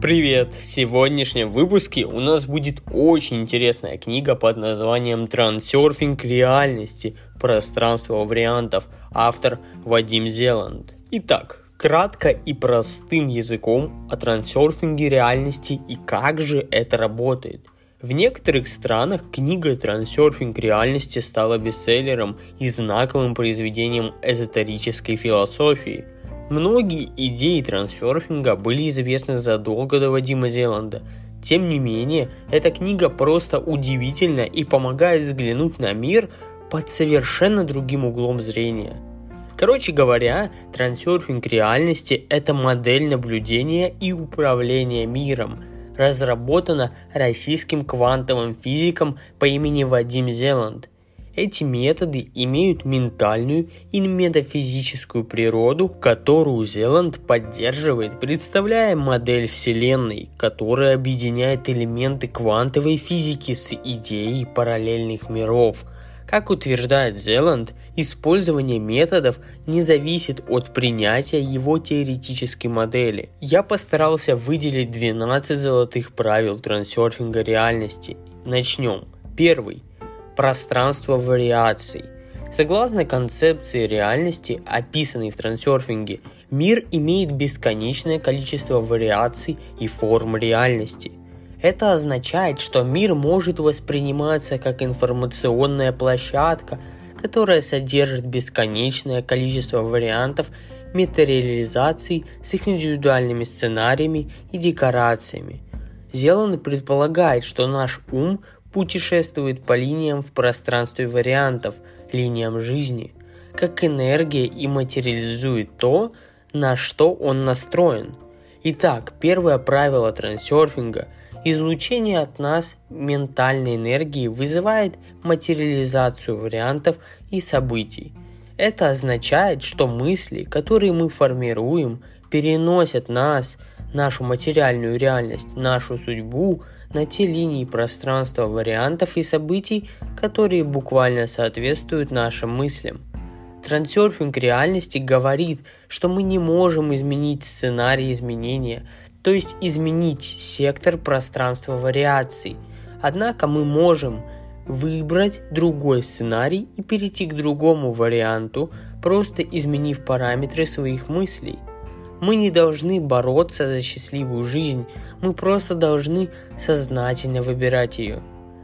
Привет! В сегодняшнем выпуске у нас будет очень интересная книга под названием «Трансерфинг реальности. Пространство вариантов». Автор Вадим Зеланд. Итак, кратко и простым языком о трансерфинге реальности и как же это работает. В некоторых странах книга «Трансерфинг реальности» стала бестселлером и знаковым произведением эзотерической философии. Многие идеи трансерфинга были известны задолго до Вадима Зеланда. Тем не менее, эта книга просто удивительна и помогает взглянуть на мир под совершенно другим углом зрения. Короче говоря, трансерфинг реальности – это модель наблюдения и управления миром, разработана российским квантовым физиком по имени Вадим Зеланд. Эти методы имеют ментальную и метафизическую природу, которую Зеланд поддерживает, представляя модель Вселенной, которая объединяет элементы квантовой физики с идеей параллельных миров. Как утверждает Зеланд, использование методов не зависит от принятия его теоретической модели. Я постарался выделить 12 золотых правил трансерфинга реальности. Начнем. Первый. Пространство вариаций. Согласно концепции реальности, описанной в трансерфинге, мир имеет бесконечное количество вариаций и форм реальности. Это означает, что мир может восприниматься как информационная площадка, которая содержит бесконечное количество вариантов материализаций с их индивидуальными сценариями и декорациями. Зеланд предполагает, что наш ум путешествует по линиям в пространстве вариантов, линиям жизни, как энергия и материализует то, на что он настроен. Итак, первое правило трансерфинга – излучение от нас ментальной энергии вызывает материализацию вариантов и событий. Это означает, что мысли, которые мы формируем, переносят нас, нашу материальную реальность, нашу судьбу на те линии пространства вариантов и событий, которые буквально соответствуют нашим мыслям. Трансерфинг реальности говорит, что мы не можем изменить сценарий изменения, то есть изменить сектор пространства вариаций. Однако мы можем выбрать другой сценарий и перейти к другому варианту, просто изменив параметры своих мыслей. Мы не должны бороться за счастливую жизнь, мы просто должны сознательно выбирать ее.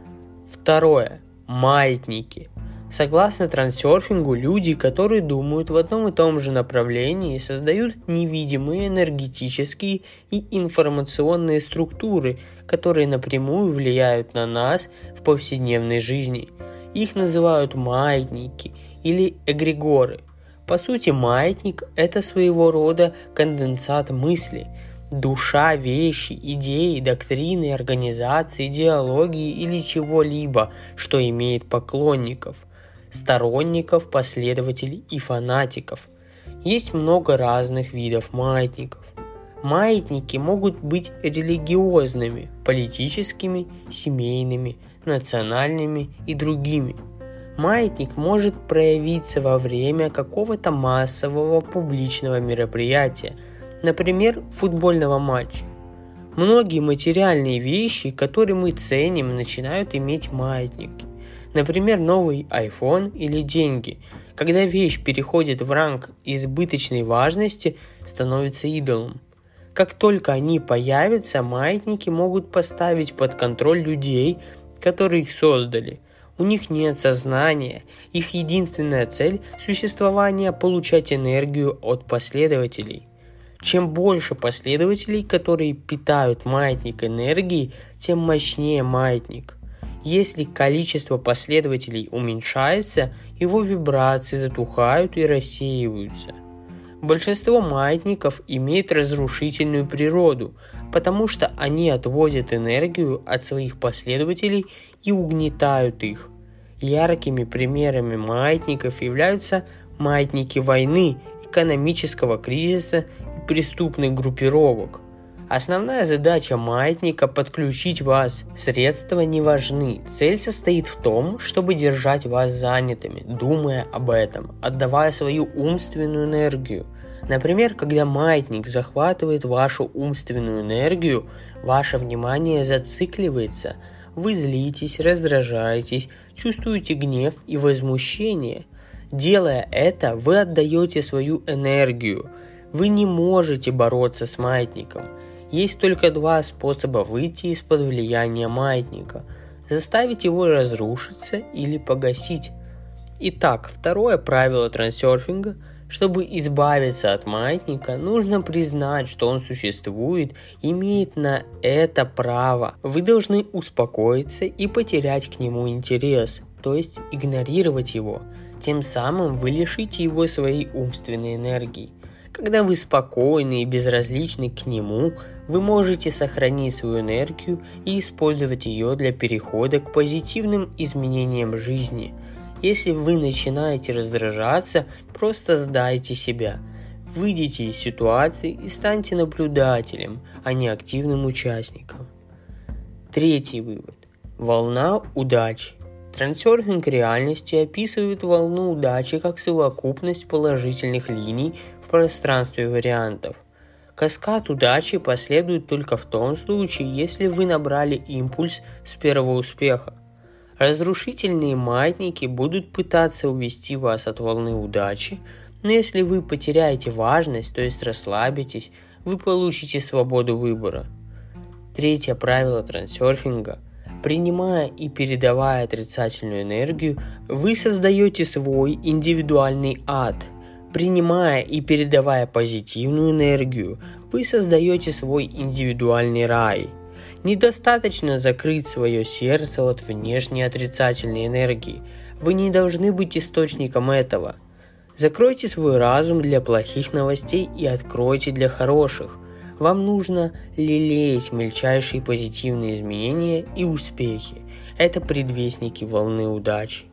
Второе. Маятники. Согласно трансерфингу, люди, которые думают в одном и том же направлении, создают невидимые энергетические и информационные структуры, которые напрямую влияют на нас в повседневной жизни. Их называют маятники или эгрегоры. По сути, маятник – это своего рода конденсат мысли, душа вещи, идеи, доктрины, организации, идеологии или чего-либо, что имеет поклонников, сторонников, последователей и фанатиков. Есть много разных видов маятников. Маятники могут быть религиозными, политическими, семейными, национальными и другими. Маятник может проявиться во время какого-то массового публичного мероприятия, например, футбольного матча. Многие материальные вещи, которые мы ценим, начинают иметь маятники. Например, новый iPhone или деньги. Когда вещь переходит в ранг избыточной важности, становится идолом. Как только они появятся, маятники могут поставить под контроль людей, которые их создали. У них нет сознания, их единственная цель существования – получать энергию от последователей. Чем больше последователей, которые питают маятник энергией, тем мощнее маятник. Если количество последователей уменьшается, его вибрации затухают и рассеиваются. Большинство маятников имеет разрушительную природу, потому что они отводят энергию от своих последователей и угнетают их. Яркими примерами маятников являются маятники войны, экономического кризиса и преступных группировок. Основная задача маятника – подключить вас. Средства не важны. Цель состоит в том, чтобы держать вас занятыми, думая об этом, отдавая свою умственную энергию. Например, когда маятник захватывает вашу умственную энергию, ваше внимание зацикливается, вы злитесь, раздражаетесь, чувствуете гнев и возмущение. Делая это, вы отдаете свою энергию. Вы не можете бороться с маятником. Есть только два способа выйти из-под влияния маятника: заставить его разрушиться или погасить. Итак, второе правило трансерфинга: чтобы избавиться от маятника, нужно признать, что он существует, имеет на это право. Вы должны успокоиться и потерять к нему интерес, то есть игнорировать его. Тем самым вы лишите его своей умственной энергии. Когда вы спокойны и безразличны к нему, вы можете сохранить свою энергию и использовать ее для перехода к позитивным изменениям жизни. Если вы начинаете раздражаться, просто сдайте себя. Выйдите из ситуации и станьте наблюдателем, а не активным участником. Третий вывод. Волна удачи. Трансерфинг реальности описывает волну удачи как совокупность положительных линий в пространстве вариантов. Каскад удачи последует только в том случае, если вы набрали импульс с первого успеха. Разрушительные маятники будут пытаться увести вас от волны удачи, но если вы потеряете важность, то есть расслабитесь, вы получите свободу выбора. Третье правило трансерфинга. Принимая и передавая отрицательную энергию, вы создаете свой индивидуальный ад. Принимая и передавая позитивную энергию, вы создаете свой индивидуальный рай. Недостаточно закрыть свое сердце от внешней отрицательной энергии. Вы не должны быть источником этого. Закройте свой разум для плохих новостей и откройте для хороших. Вам нужно лелеять мельчайшие позитивные изменения и успехи. Это предвестники волны удачи.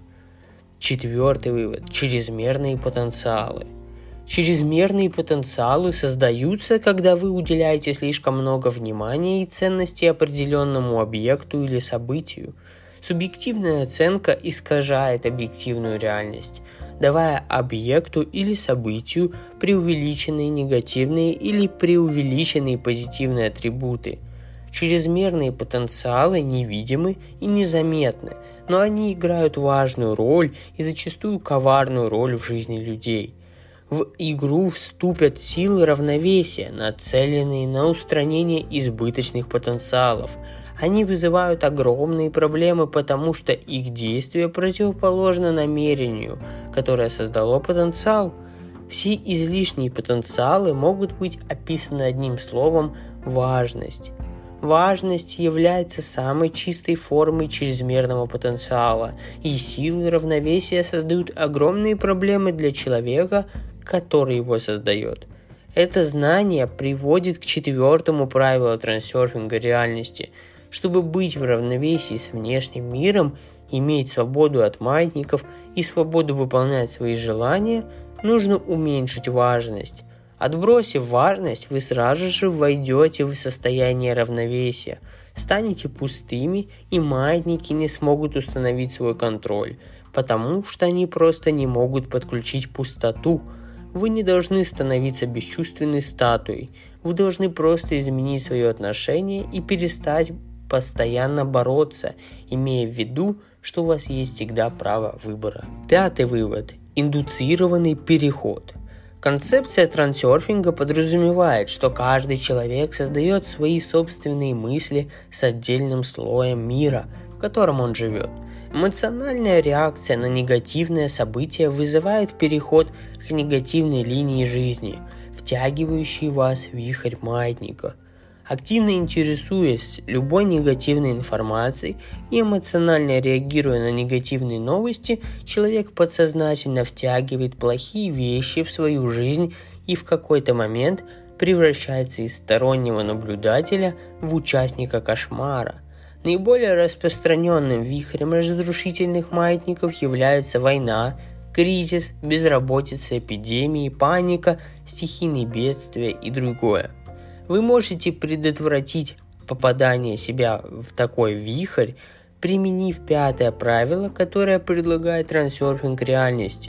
Четвертый вывод. Чрезмерные потенциалы. Чрезмерные потенциалы создаются, когда вы уделяете слишком много внимания и ценности определенному объекту или событию. Субъективная оценка искажает объективную реальность, давая объекту или событию преувеличенные негативные или преувеличенные позитивные атрибуты. Чрезмерные потенциалы невидимы и незаметны, но они играют важную роль и зачастую коварную роль в жизни людей. В игру вступят силы равновесия, нацеленные на устранение избыточных потенциалов. Они вызывают огромные проблемы, потому что их действие противоположно намерению, которое создало потенциал. Все излишние потенциалы могут быть описаны одним словом – важность. Важность является самой чистой формой чрезмерного потенциала, и силы равновесия создают огромные проблемы для человека, который его создает. Это знание приводит к четвертому правилу трансерфинга реальности. Чтобы быть в равновесии с внешним миром, иметь свободу от маятников и свободу выполнять свои желания, нужно уменьшить важность. Отбросив важность, вы сразу же войдете в состояние равновесия, станете пустыми, и маятники не смогут установить свой контроль, потому что они просто не могут подключить пустоту. Вы не должны становиться бесчувственной статуей, вы должны просто изменить свое отношение и перестать постоянно бороться, имея в виду, что у вас есть всегда право выбора. Пятый вывод. Индуцированный переход. Концепция трансерфинга подразумевает, что каждый человек создает свои собственные мысли с отдельным слоем мира, в котором он живет. Эмоциональная реакция на негативное событие вызывает переход к негативной линии жизни, втягивающей вас в вихрь маятника. Активно интересуясь любой негативной информацией и эмоционально реагируя на негативные новости, человек подсознательно втягивает плохие вещи в свою жизнь и в какой-то момент превращается из стороннего наблюдателя в участника кошмара. Наиболее распространенным вихрем разрушительных маятников являются война, кризис, безработица, эпидемии, паника, стихийные бедствия и другое. Вы можете предотвратить попадание себя в такой вихрь, применив пятое правило, которое предлагает трансерфинг реальности.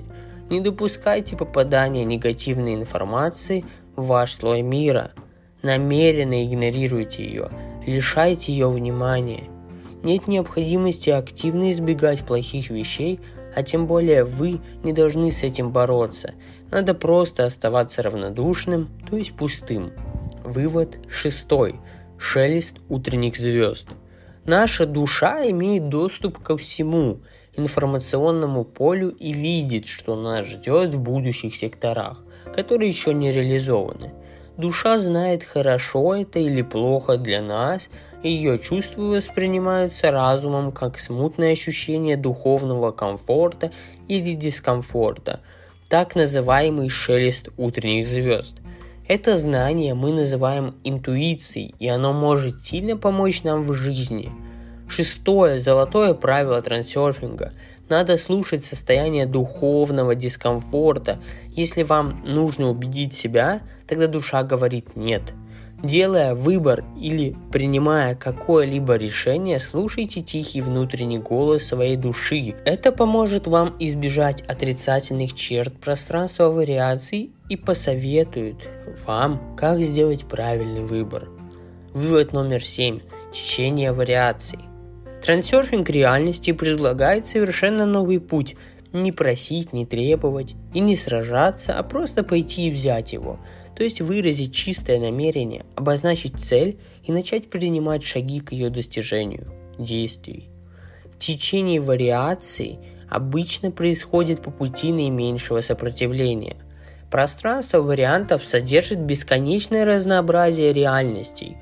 Не допускайте попадания негативной информации в ваш слой мира. Намеренно игнорируйте ее, лишайте ее внимания. Нет необходимости активно избегать плохих вещей, а тем более вы не должны с этим бороться. Надо просто оставаться равнодушным, то есть пустым. Вывод 6. Шелест утренних звезд. Наша душа имеет доступ ко всему информационному полю и видит, что нас ждет в будущих секторах, которые еще не реализованы. Душа знает, хорошо это или плохо для нас, и ее чувства воспринимаются разумом как смутное ощущение духовного комфорта или дискомфорта, так называемый шелест утренних звезд. Это знание мы называем интуицией, и оно может сильно помочь нам в жизни. 6. Золотое правило трансерфинга. Надо слушать состояние духовного дискомфорта. Если вам нужно убедить себя, тогда душа говорит «нет». Делая выбор или принимая какое-либо решение, слушайте тихий внутренний голос своей души. Это поможет вам избежать отрицательных черт пространства вариаций и посоветует вам, как сделать правильный выбор. Вывод номер 7. Течение вариаций. Трансерфинг реальности предлагает совершенно новый путь. Не просить, не требовать и не сражаться, а просто пойти и взять его. То есть выразить чистое намерение, обозначить цель и начать принимать шаги к ее достижению, действий. Течение вариаций обычно происходит по пути наименьшего сопротивления. Пространство вариантов содержит бесконечное разнообразие реальностей,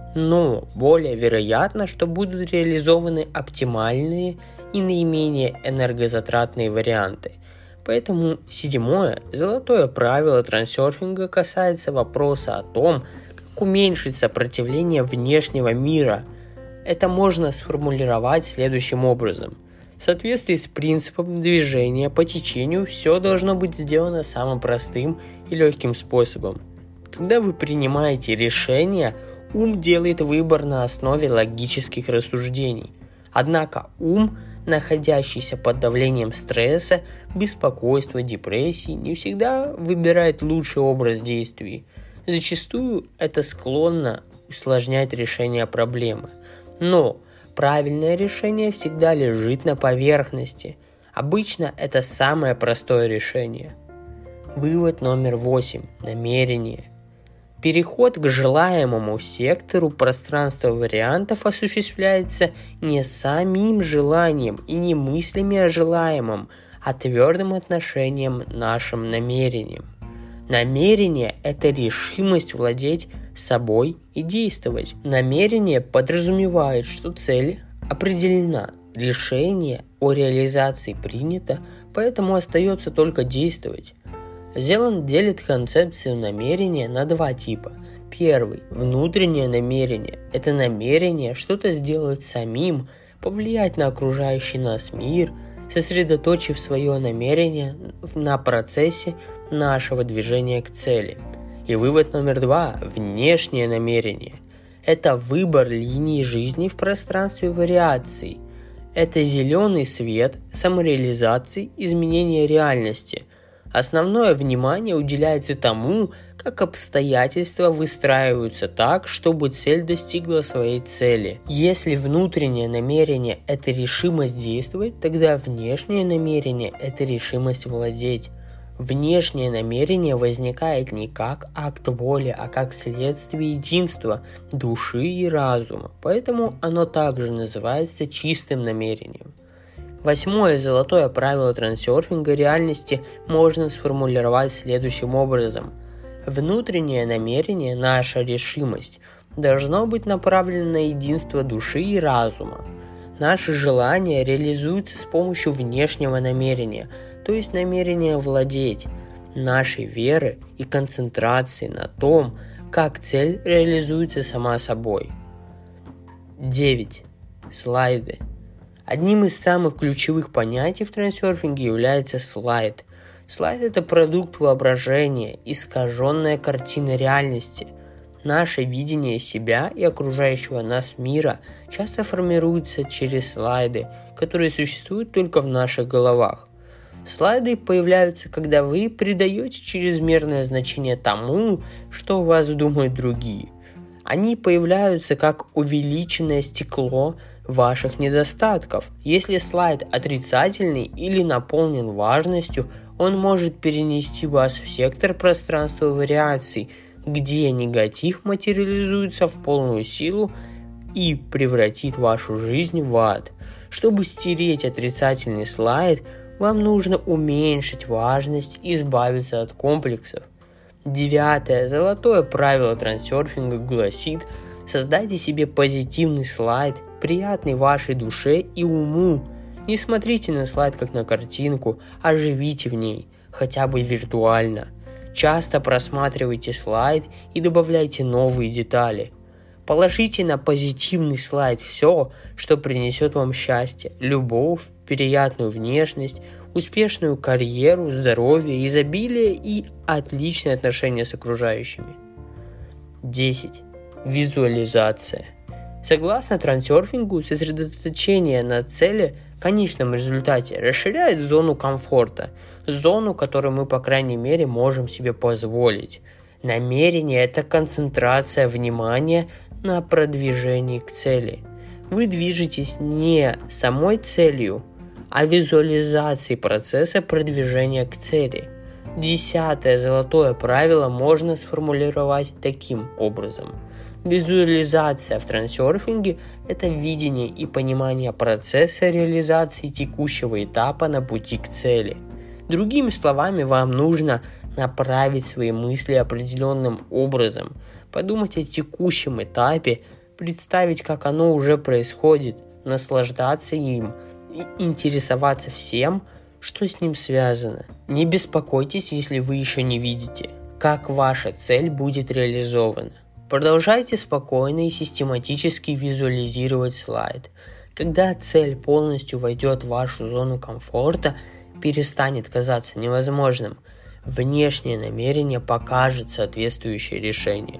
но более вероятно, что будут реализованы оптимальные и наименее энергозатратные варианты. Поэтому 7. Золотое правило трансерфинга касается вопроса о том, как уменьшить сопротивление внешнего мира. Это можно сформулировать следующим образом. В соответствии с принципом движения по течению все должно быть сделано самым простым и легким способом. Когда вы принимаете решение, ум делает выбор на основе логических рассуждений. Однако ум, находящийся под давлением стресса, беспокойства, депрессии, не всегда выбирает лучший образ действий. Зачастую это склонно усложнять решение проблемы. Но правильное решение всегда лежит на поверхности. Обычно это самое простое решение. Вывод номер 8. Намерение. Переход к желаемому сектору пространства вариантов осуществляется не самим желанием и не мыслями о желаемом, а твердым отношением нашим намерением. Намерение – это решимость владеть собой и действовать. Намерение подразумевает, что цель определена, решение о реализации принято, поэтому остается только действовать. Зеланд делит концепцию намерения на два типа. Первый – внутреннее намерение. Это намерение что-то сделать самим, повлиять на окружающий нас мир, сосредоточив свое намерение на процессе нашего движения к цели. И вывод номер 2 – внешнее намерение. Это выбор линии жизни в пространстве вариаций. Это зеленый свет, самореализации, изменения реальности. Основное внимание уделяется тому, как обстоятельства выстраиваются так, чтобы цель достигла своей цели. Если внутреннее намерение – это решимость действовать, тогда внешнее намерение – это решимость владеть. Внешнее намерение возникает не как акт воли, а как следствие единства души и разума, поэтому оно также называется чистым намерением. 8. Золотое правило трансерфинга реальности можно сформулировать следующим образом. Внутреннее намерение, наша решимость, должно быть направлено на единство души и разума. Наши желания реализуются с помощью внешнего намерения, то есть намерения владеть, нашей веры и концентрации на том, как цель реализуется сама собой. 9. Слайды. Одним из самых ключевых понятий в трансерфинге является слайд. Слайд – это продукт воображения, искаженная картина реальности. Наше видение себя и окружающего нас мира часто формируется через слайды, которые существуют только в наших головах. Слайды появляются, когда вы придаете чрезмерное значение тому, что о вас думают другие. Они появляются как увеличенное стекло ваших недостатков. Если слайд отрицательный или наполнен важностью, он может перенести вас в сектор пространства вариаций, где негатив материализуется в полную силу и превратит вашу жизнь в ад. Чтобы стереть отрицательный слайд, вам нужно уменьшить важность и избавиться от комплексов. 9. Золотое правило трансерфинга гласит: создайте себе позитивный слайд, приятный вашей душе и уму. Не смотрите на слайд как на картинку, а живите в ней, хотя бы виртуально. Часто просматривайте слайд и добавляйте новые детали. Положите на позитивный слайд все, что принесет вам счастье, любовь, приятную внешность, успешную карьеру, здоровье, изобилие и отличные отношения с окружающими. 10. Визуализация. Согласно трансерфингу, сосредоточение на цели в конечном результате расширяет зону комфорта, зону, которую мы, по крайней мере, можем себе позволить. Намерение – это концентрация внимания на продвижении к цели. Вы движетесь не самой целью, а визуализацией процесса продвижения к цели. 10. Золотое правило можно сформулировать таким образом. Визуализация в трансерфинге – это видение и понимание процесса реализации текущего этапа на пути к цели. Другими словами, вам нужно направить свои мысли определенным образом, подумать о текущем этапе, представить, как оно уже происходит, наслаждаться им и интересоваться всем, что с ним связано. Не беспокойтесь, если вы еще не видите, как ваша цель будет реализована. Продолжайте спокойно и систематически визуализировать слайд. Когда цель полностью войдет в вашу зону комфорта, перестанет казаться невозможным, внешнее намерение покажет соответствующее решение.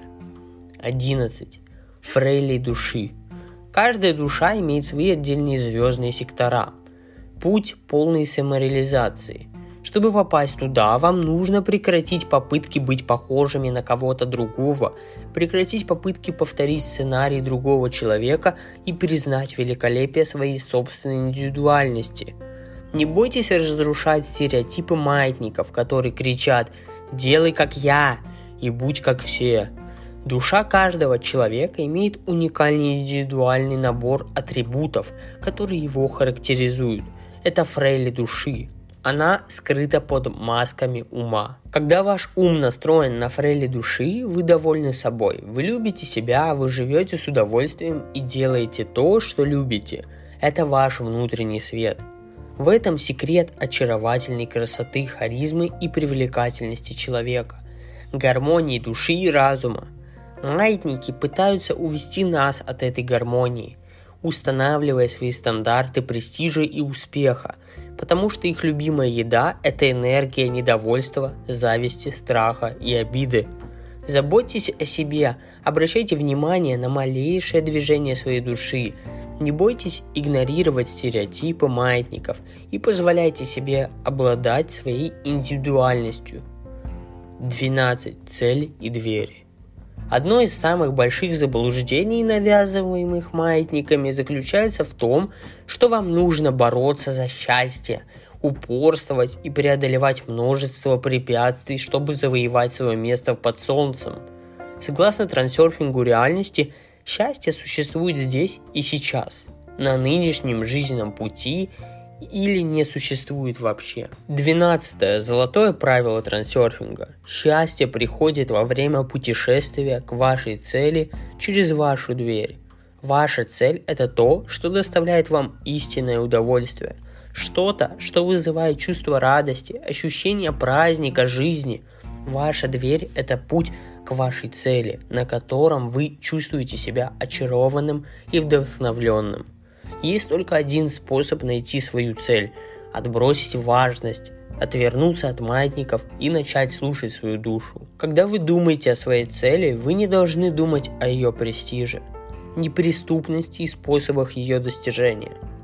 11. Фрейли души. Каждая душа имеет свои отдельные звездные сектора. Путь полной самореализации. Чтобы попасть туда, вам нужно прекратить попытки быть похожими на кого-то другого, прекратить попытки повторить сценарий другого человека и признать великолепие своей собственной индивидуальности. Не бойтесь разрушать стереотипы маятников, которые кричат «делай как я» и «будь как все». Душа каждого человека имеет уникальный индивидуальный набор атрибутов, которые его характеризуют. Это фрейли души. Она скрыта под масками ума. Когда ваш ум настроен на фрейли души, вы довольны собой. Вы любите себя, вы живете с удовольствием и делаете то, что любите. Это ваш внутренний свет. В этом секрет очаровательной красоты, харизмы и привлекательности человека, гармонии души и разума. Маятники пытаются увести нас от этой гармонии, устанавливая свои стандарты престижа и успеха, потому что их любимая еда – это энергия недовольства, зависти, страха и обиды. Заботьтесь о себе, обращайте внимание на малейшее движение своей души, не бойтесь игнорировать стереотипы маятников и позволяйте себе обладать своей индивидуальностью. 12. Цель и двери. Одно из самых больших заблуждений, навязываемых маятниками, заключается в том, что вам нужно бороться за счастье, упорствовать и преодолевать множество препятствий, чтобы завоевать свое место под солнцем. Согласно трансерфингу реальности, счастье существует здесь и сейчас, на нынешнем жизненном пути, или не существует вообще. 12. Золотое правило трансерфинга. Счастье приходит во время путешествия к вашей цели через вашу дверь. Ваша цель – это то, что доставляет вам истинное удовольствие. Что-то, что вызывает чувство радости, ощущение праздника жизни. Ваша дверь – это путь к вашей цели, на котором вы чувствуете себя очарованным и вдохновленным. Есть только один способ найти свою цель – отбросить важность, отвернуться от маятников и начать слушать свою душу. Когда вы думаете о своей цели, вы не должны думать о ее престиже, неприступности и способах ее достижения.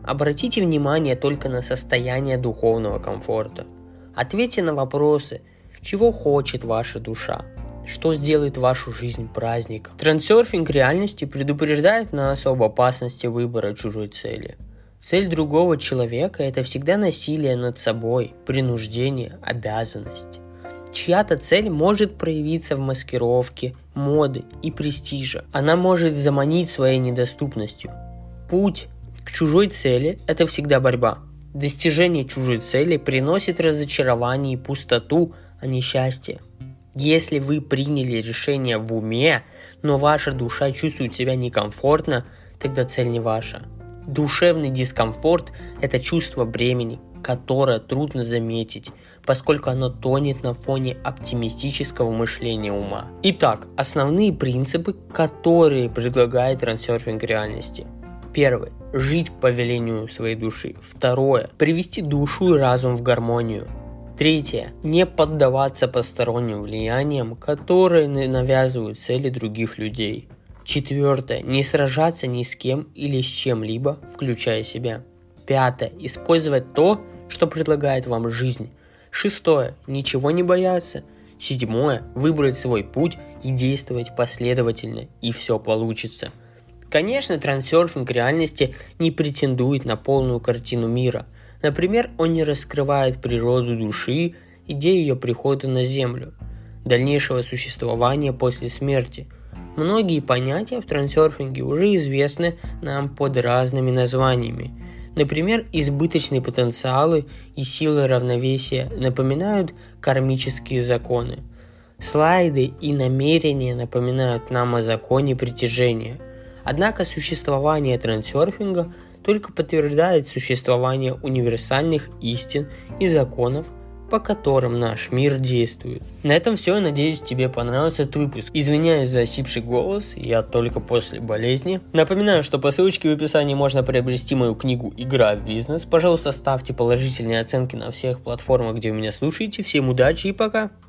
Обратите внимание только на состояние духовного комфорта. Ответьте на вопросы, чего хочет ваша душа, что сделает вашу жизнь праздником. Трансерфинг реальности предупреждает нас об опасности выбора чужой цели. Цель другого человека – это всегда насилие над собой, принуждение, обязанность. Чья-то цель может проявиться в маскировке, моды и престижа. Она может заманить своей недоступностью. Путь к чужой цели – это всегда борьба. Достижение чужой цели приносит разочарование и пустоту, а не счастье. Если вы приняли решение в уме, но ваша душа чувствует себя некомфортно, тогда цель не ваша. Душевный дискомфорт – это чувство бремени, которое трудно заметить, поскольку оно тонет на фоне оптимистического мышления ума. Итак, основные принципы, которые предлагает трансерфинг реальности. Первый – жить по велению своей души. Второе – привести душу и разум в гармонию. Третье – не поддаваться посторонним влияниям, которые навязывают цели других людей. Четвертое – не сражаться ни с кем или с чем-либо, включая себя. Пятое – использовать то, что предлагает вам жизнь. Шестое – ничего не бояться. Седьмое – выбрать свой путь и действовать последовательно, и все получится. Конечно, трансерфинг реальности не претендует на полную картину мира. Например, он не раскрывает природу души, идею ее прихода на Землю, дальнейшего существования после смерти. Многие понятия в трансерфинге уже известны нам под разными названиями. Например, избыточные потенциалы и силы равновесия напоминают кармические законы. Слайды и намерения напоминают нам о законе притяжения. Однако существование трансерфинга только подтверждает существование универсальных истин и законов, по которым наш мир действует. На этом все, надеюсь, тебе понравился этот выпуск. Извиняюсь за осипший голос, я только после болезни. Напоминаю, что по ссылочке в описании можно приобрести мою книгу «Игра в бизнес». Пожалуйста, ставьте положительные оценки на всех платформах, где вы меня слушаете. Всем удачи и пока!